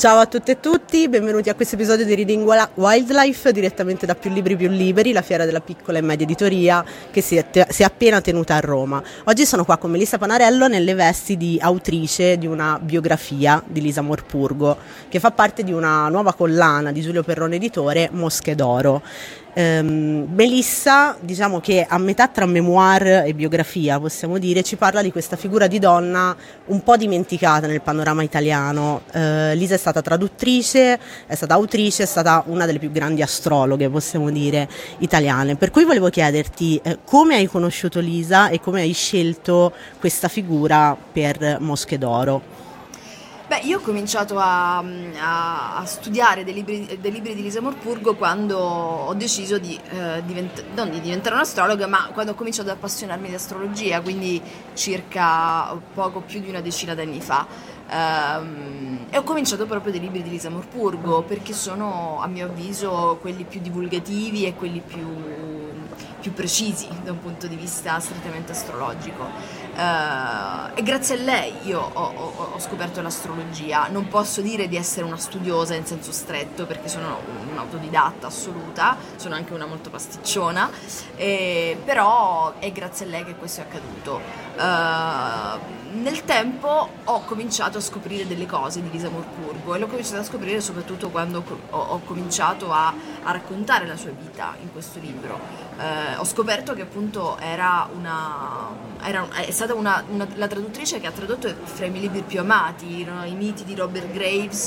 Ciao a tutte e tutti, benvenuti a questo episodio di Reading Wildlife direttamente da Più Libri Più Liberi, la fiera della piccola e media editoria che si è appena tenuta a Roma. Oggi sono qua con Melissa Panarello nelle vesti di autrice di una biografia di Lisa Morpurgo che fa parte di una nuova collana di Giulio Perrone editore, Mosche d'Oro. Melissa, diciamo che a metà tra memoir e biografia, possiamo dire, ci parla di questa figura di donna un po' dimenticata nel panorama italiano. Lisa è stata traduttrice, è stata autrice, è stata una delle più grandi astrologhe, possiamo dire, italiane. Per cui volevo chiederti come hai conosciuto Lisa e come hai scelto questa figura per Mosche d'Oro. Io ho cominciato a studiare dei libri di Lisa Morpurgo quando ho deciso non di diventare un'astrologa, ma quando ho cominciato ad appassionarmi di astrologia, quindi circa poco più di una decina d'anni fa. E ho cominciato proprio dai libri di Lisa Morpurgo perché sono, a mio avviso, quelli più divulgativi e quelli più precisi da un punto di vista strettamente astrologico. E grazie a lei io ho scoperto l'astrologia. Non posso dire di essere una studiosa in senso stretto perché sono un'autodidatta assoluta, sono anche una molto pasticciona, però è grazie a lei che questo è accaduto. Nel tempo ho cominciato a scoprire delle cose di Lisa Morpurgo e l'ho cominciato a scoprire soprattutto quando ho cominciato a raccontare la sua vita in questo libro. Ho scoperto che appunto è stata la traduttrice che ha tradotto fra i miei libri più amati, i miti di Robert Graves,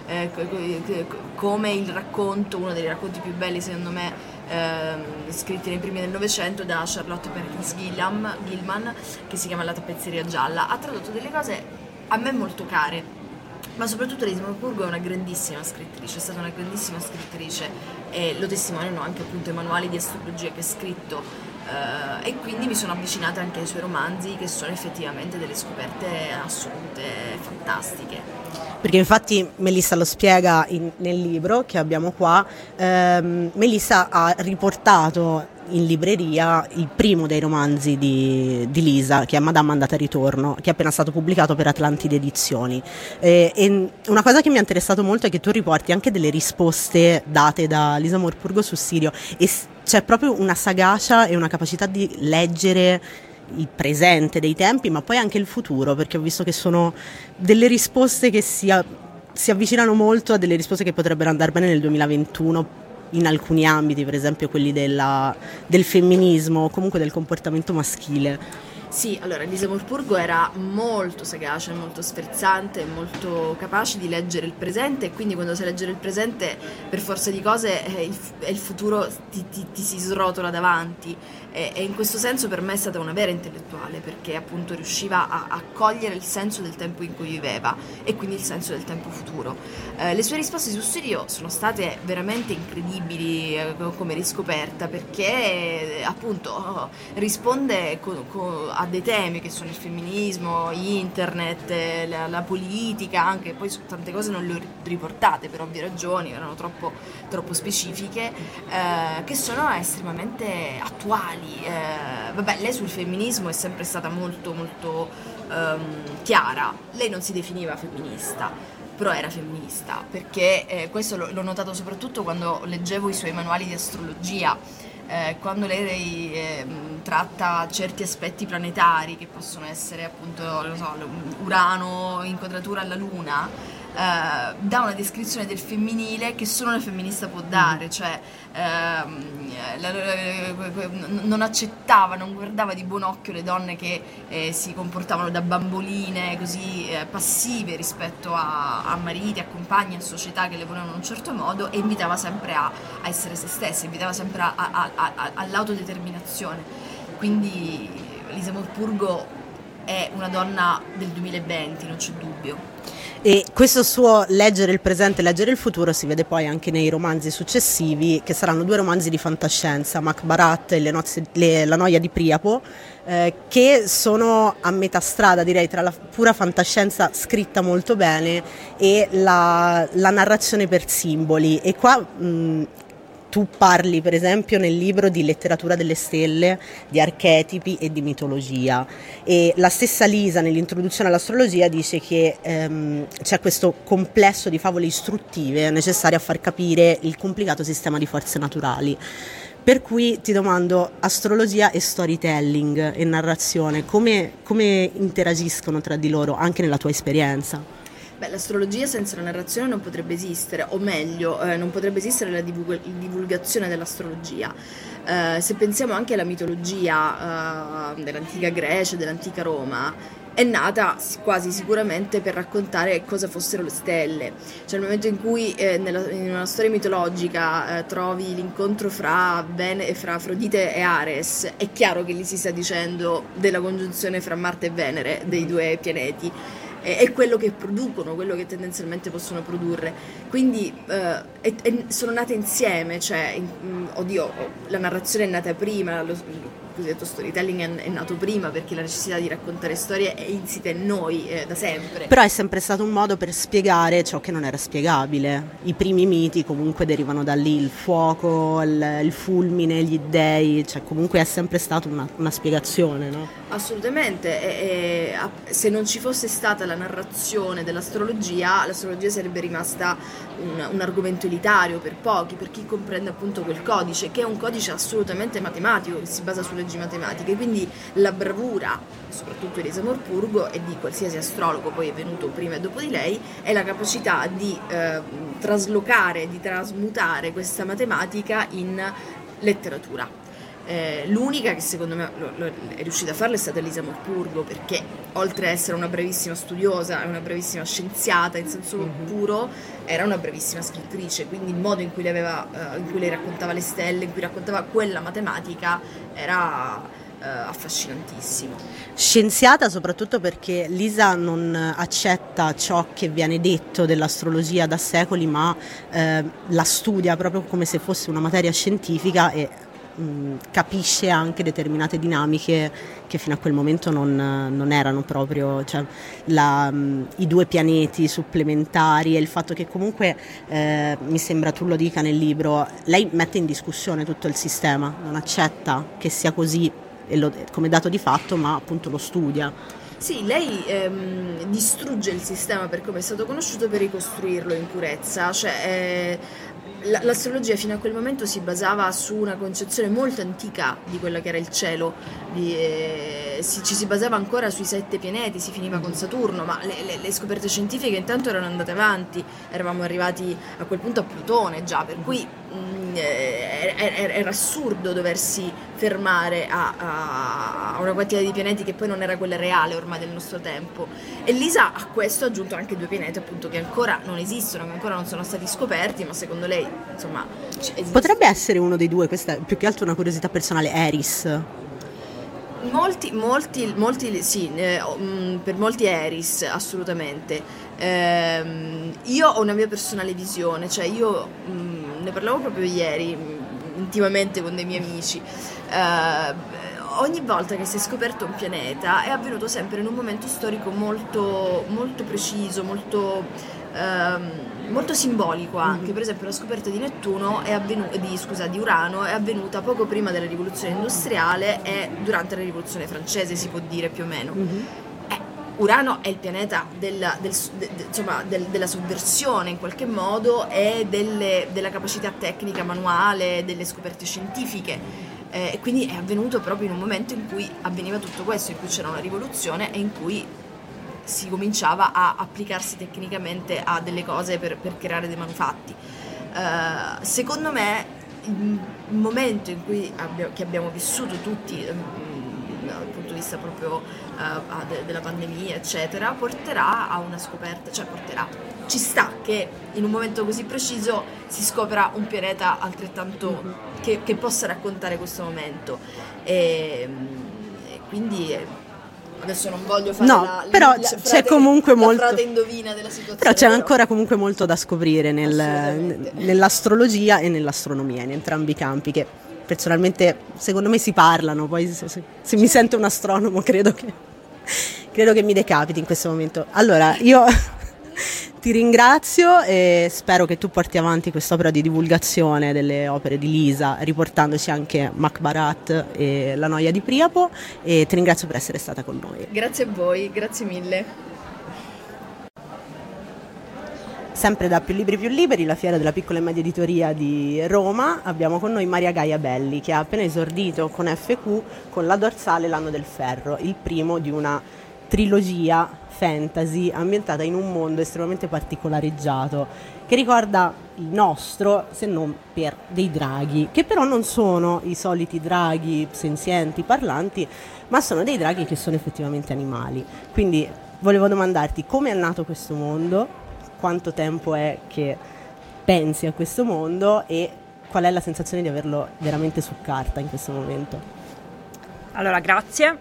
come il racconto, uno dei racconti più belli secondo me, scritti nei primi del Novecento da Charlotte Perkins Gilman, che si chiama La tappezzeria gialla. Ha tradotto delle cose a me molto care, ma soprattutto Lisa Morpurgo è una grandissima scrittrice, è stata una grandissima scrittrice e lo testimoniano anche appunto i manuali di astrologia che ha scritto, e quindi mi sono avvicinata anche ai suoi romanzi che sono effettivamente delle scoperte assolute fantastiche. Perché infatti Melissa lo spiega nel libro che abbiamo qua. Melissa ha riportato in libreria il primo dei romanzi di Lisa, che è Madame andata e ritorno, che è appena stato pubblicato per Atlantide Edizioni, e una cosa che mi ha interessato molto è che tu riporti anche delle risposte date da Lisa Morpurgo su Sirio e c'è proprio una sagacia e una capacità di leggere il presente dei tempi, ma poi anche il futuro, perché ho visto che sono delle risposte che si avvicinano molto a delle risposte che potrebbero andare bene nel 2021 in alcuni ambiti, per esempio quelli del femminismo o comunque del comportamento maschile. Sì, allora Lisa Morpurgo era molto sagace, molto sferzante, molto capace di leggere il presente, e quindi quando sai leggere il presente per forza di cose il futuro ti si srotola davanti, e in questo senso per me è stata una vera intellettuale, perché appunto riusciva a cogliere il senso del tempo in cui viveva e quindi il senso del tempo futuro. Le sue risposte su Sirio sono state veramente incredibili come riscoperta, perché appunto risponde a dei temi che sono il femminismo, internet, la politica, anche poi tante cose non le ho riportate per ovvie ragioni, erano troppo specifiche, che sono estremamente attuali. Lei sul femminismo è sempre stata molto molto chiara. Lei non si definiva femminista, però era femminista, perché questo l'ho notato soprattutto quando leggevo i suoi manuali di astrologia. Quando lei tratta certi aspetti planetari che possono essere appunto, Urano in quadratura alla Luna, dà una descrizione del femminile che solo una femminista può dare, cioè non accettava, non guardava di buon occhio le donne che si comportavano da bamboline così passive rispetto a mariti, a compagni, a società che le volevano in un certo modo, e invitava sempre a essere se stessa, invitava sempre all'autodeterminazione. Quindi Lisa Morpurgo è una donna del 2020, non c'è dubbio. E questo suo leggere il presente e leggere il futuro si vede poi anche nei romanzi successivi, che saranno 2 romanzi di fantascienza, Macbarat e La noia di Priapo, che sono a metà strada, direi, tra la pura fantascienza scritta molto bene e la narrazione per simboli. E qua tu parli per esempio nel libro di letteratura delle stelle, di archetipi e di mitologia, e la stessa Lisa nell'introduzione all'astrologia dice che c'è questo complesso di favole istruttive necessarie a far capire il complicato sistema di forze naturali. Per cui ti domando, astrologia e storytelling e narrazione, come interagiscono tra di loro anche nella tua esperienza? Beh, l'astrologia senza la narrazione non potrebbe esistere, o meglio, non potrebbe esistere la divulgazione dell'astrologia. Se pensiamo anche alla mitologia dell'antica Grecia, dell'antica Roma, è nata quasi sicuramente per raccontare cosa fossero le stelle. Cioè nel momento in cui in una storia mitologica trovi l'incontro fra Afrodite e Ares, è chiaro che lì si sta dicendo della congiunzione fra Marte e Venere, dei due pianeti. È quello che producono, quello che tendenzialmente possono produrre, quindi sono nate insieme, cioè la narrazione è nata prima, il cosiddetto storytelling è nato prima, perché la necessità di raccontare storie è insita in noi da sempre. Però è sempre stato un modo per spiegare ciò che non era spiegabile. I primi miti comunque derivano da lì, il fuoco, il fulmine, gli dei, cioè comunque è sempre stata una spiegazione, no? Assolutamente, se non ci fosse stata la narrazione dell'astrologia, l'astrologia sarebbe rimasta un argomento elitario per pochi, per chi comprende appunto quel codice, che è un codice assolutamente matematico, che si basa su leggi matematiche, quindi la bravura, soprattutto di Elisa Morpurgo e di qualsiasi astrologo poi è venuto prima e dopo di lei, è la capacità di traslocare, di trasmutare questa matematica in letteratura. L'unica che secondo me è riuscita a farlo è stata Elisa Morpurgo, perché oltre a essere una bravissima studiosa e una bravissima scienziata in senso puro, era una bravissima scrittrice, quindi il modo in cui lei raccontava le stelle, in cui raccontava quella matematica era affascinantissimo. Scienziata soprattutto perché Lisa non accetta ciò che viene detto dell'astrologia da secoli, ma la studia proprio come se fosse una materia scientifica e capisce anche determinate dinamiche che fino a quel momento non erano proprio, cioè i due pianeti supplementari e il fatto che comunque mi sembra tu lo dica nel libro, lei mette in discussione tutto il sistema, non accetta che sia così come dato di fatto, ma appunto lo studia. Sì, lei distrugge il sistema per come è stato conosciuto per ricostruirlo in purezza, cioè l'astrologia fino a quel momento si basava su una concezione molto antica di quello che era il cielo, ci si basava ancora sui 7 pianeti, si finiva con Saturno, ma le scoperte scientifiche intanto erano andate avanti, eravamo arrivati a quel punto a Plutone già, per cui era assurdo doversi fermare a una quantità di pianeti che poi non era quella reale ormai del nostro tempo. E Lisa a questo ha aggiunto anche 2 pianeti appunto che ancora non esistono, che ancora non sono stati scoperti, ma secondo lei insomma esistono. Potrebbe essere uno dei 2, questa è più che altro una curiosità personale, Eris. Molti sì, per molti è Eris, assolutamente. Io ho una mia personale visione, cioè io ne parlavo proprio ieri intimamente con dei miei amici. Ogni volta che si è scoperto un pianeta è avvenuto sempre in un momento storico molto, molto preciso, molto simbolico anche. Per esempio la scoperta di Nettuno di Urano è avvenuta poco prima della rivoluzione industriale e durante la rivoluzione francese, si può dire più o meno. Urano è il pianeta della sovversione in qualche modo e della capacità tecnica manuale, delle scoperte scientifiche. E quindi è avvenuto proprio in un momento in cui avveniva tutto questo, in cui c'era una rivoluzione e in cui si cominciava a applicarsi tecnicamente a delle cose per creare dei manufatti. Secondo me il momento in cui che abbiamo vissuto tutti dal punto di vista proprio della pandemia eccetera, porterà a una scoperta, ci sta che in un momento così preciso si scopra un pianeta altrettanto che possa raccontare questo momento e quindi adesso non voglio fare c'è comunque molto, la frate indovina della situazione, però c'è ancora comunque molto da scoprire nell'astrologia e nell'astronomia, in entrambi i campi, che personalmente secondo me si parlano, poi se mi sento un astronomo credo che mi decapiti in questo momento. Allora io Ti ringrazio e spero che tu porti avanti quest'opera di divulgazione delle opere di Lisa, riportandoci anche Maqbarat e La noia di Priapo, e ti ringrazio per essere stata con noi. Grazie a voi, grazie mille. Sempre da Più Libri Più Liberi, la fiera della piccola e media editoria di Roma, abbiamo con noi Maria Gaia Belli, che ha appena esordito con FQ con La dorsale l'anno del ferro, il primo di una trilogia fantasy ambientata in un mondo estremamente particolareggiato, che ricorda il nostro, se non per dei draghi, che però non sono i soliti draghi senzienti, parlanti, ma sono dei draghi che sono effettivamente animali. Quindi volevo domandarti come è nato questo mondo, quanto tempo è che pensi a questo mondo e qual è la sensazione di averlo veramente su carta in questo momento. Allora, grazie.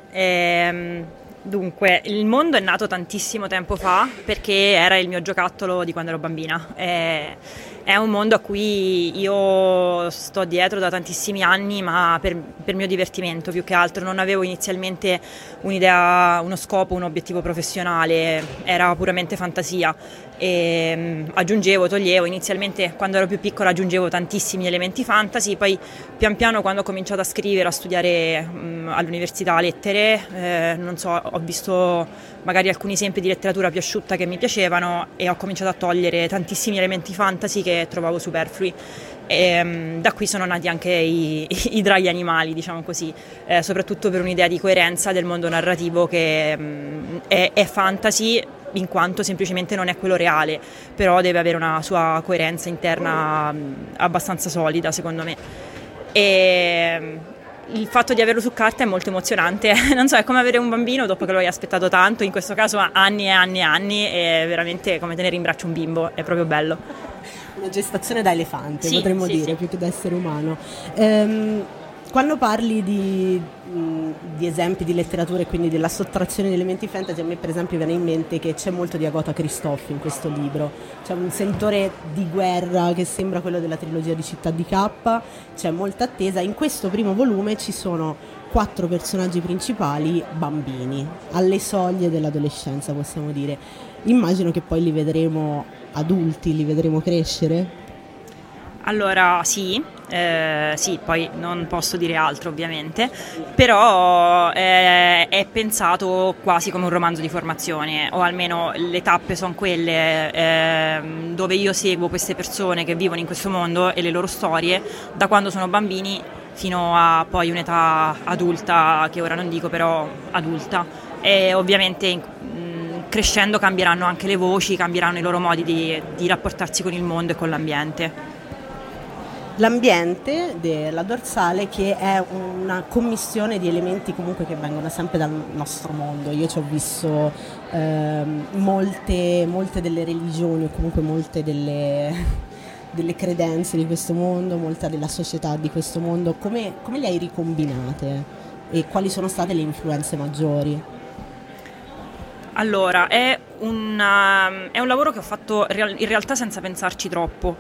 Dunque, il mondo è nato tantissimo tempo fa perché era il mio giocattolo di quando ero bambina. È un mondo a cui io sto dietro da tantissimi anni, ma per mio divertimento più che altro. Non avevo inizialmente un'idea, uno scopo, un obiettivo professionale, era puramente fantasia. E aggiungevo, toglievo, inizialmente quando ero più piccola aggiungevo tantissimi elementi fantasy, poi pian piano quando ho cominciato a scrivere, a studiare all'università lettere, non so, ho visto magari alcuni esempi di letteratura più asciutta che mi piacevano e ho cominciato a togliere tantissimi elementi fantasy che trovavo superflui. E da qui sono nati anche i draghi animali, diciamo così, soprattutto per un'idea di coerenza del mondo narrativo che è fantasy in quanto semplicemente non è quello reale, però deve avere una sua coerenza interna abbastanza solida, secondo me. E il fatto di averlo su carta è molto emozionante, non so, è come avere un bambino dopo che lo hai aspettato tanto, in questo caso anni e anni e anni, è veramente come tenere in braccio un bimbo, è proprio bello. Una gestazione da elefante, sì, potremmo sì, dire, sì. più che da essere umano. Quando parli di esempi di letteratura e quindi della sottrazione di elementi fantasy, a me per esempio viene in mente che c'è molto di Agatha Christophe in questo libro. C'è un sentore di guerra che sembra quello della trilogia di Città di K, c'è molta attesa. In questo primo volume ci sono 4 personaggi principali bambini, alle soglie dell'adolescenza, possiamo dire. Immagino che poi li vedremo adulti, li vedremo crescere. Allora sì, poi non posso dire altro ovviamente, però è pensato quasi come un romanzo di formazione, o almeno le tappe sono quelle dove io seguo queste persone che vivono in questo mondo e le loro storie da quando sono bambini fino a poi un'età adulta, che ora non dico, però adulta, e ovviamente crescendo cambieranno anche le voci, cambieranno i loro modi di rapportarsi con il mondo e con l'ambiente. L'ambiente della dorsale, che è una commistione di elementi comunque che vengono sempre dal nostro mondo. Io ci ho visto molte delle religioni o comunque molte delle credenze di questo mondo, molta della società di questo mondo. Come le hai ricombinate e quali sono state le influenze maggiori? Allora, è un lavoro che ho fatto in realtà senza pensarci troppo.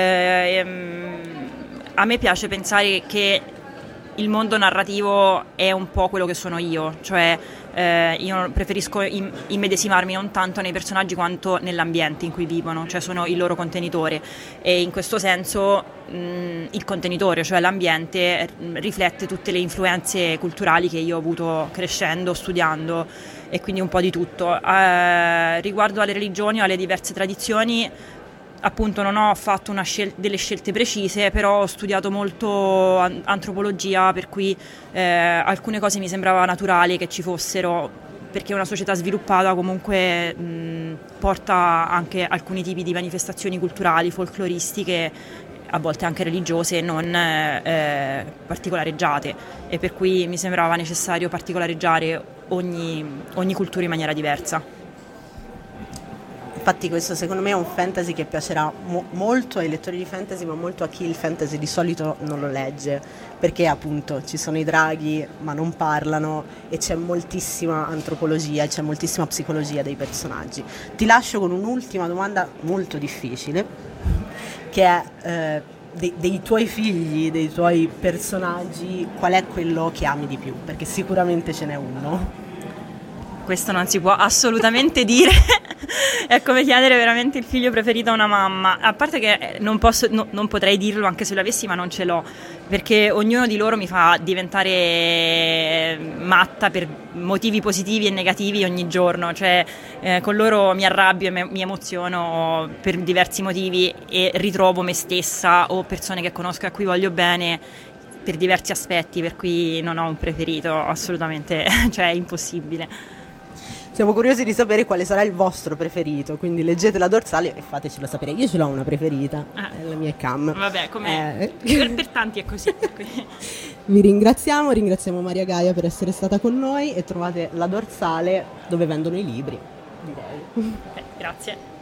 A me piace pensare che il mondo narrativo è un po' quello che sono io, cioè io preferisco immedesimarmi non tanto nei personaggi quanto nell'ambiente in cui vivono, cioè sono il loro contenitore, e in questo senso il contenitore, cioè l'ambiente, riflette tutte le influenze culturali che io ho avuto crescendo, studiando, e quindi un po' di tutto. Riguardo alle religioni o alle diverse tradizioni, appunto non ho fatto delle scelte precise, però ho studiato molto antropologia, per cui alcune cose mi sembrava naturali che ci fossero, perché una società sviluppata comunque porta anche alcuni tipi di manifestazioni culturali, folcloristiche, a volte anche religiose, non particolareggiate, e per cui mi sembrava necessario particolareggiare ogni cultura in maniera diversa. Infatti questo secondo me è un fantasy che piacerà molto ai lettori di fantasy, ma molto a chi il fantasy di solito non lo legge, perché appunto ci sono i draghi ma non parlano e c'è moltissima antropologia, c'è moltissima psicologia dei personaggi. Ti lascio con un'ultima domanda molto difficile, che è dei tuoi figli, dei tuoi personaggi, qual è quello che ami di più? Perché sicuramente ce n'è uno. Questo non si può assolutamente dire. è come chiedere veramente il figlio preferito a una mamma. A parte che non potrei dirlo anche se l'avessi, ma non ce l'ho, perché ognuno di loro mi fa diventare matta per motivi positivi e negativi ogni giorno. Cioè, con loro mi arrabbio e mi emoziono per diversi motivi e ritrovo me stessa o persone che conosco e a cui voglio bene per diversi aspetti, per cui non ho un preferito assolutamente, cioè è impossibile. Siamo curiosi di sapere quale sarà il vostro preferito, quindi leggete la dorsale e fatecelo sapere. Io ce l'ho una preferita, è la mia Cam. Vabbè, per tanti è così. Vi ringraziamo Maria Gaia per essere stata con noi e trovate la dorsale dove vendono i libri, direi. Grazie.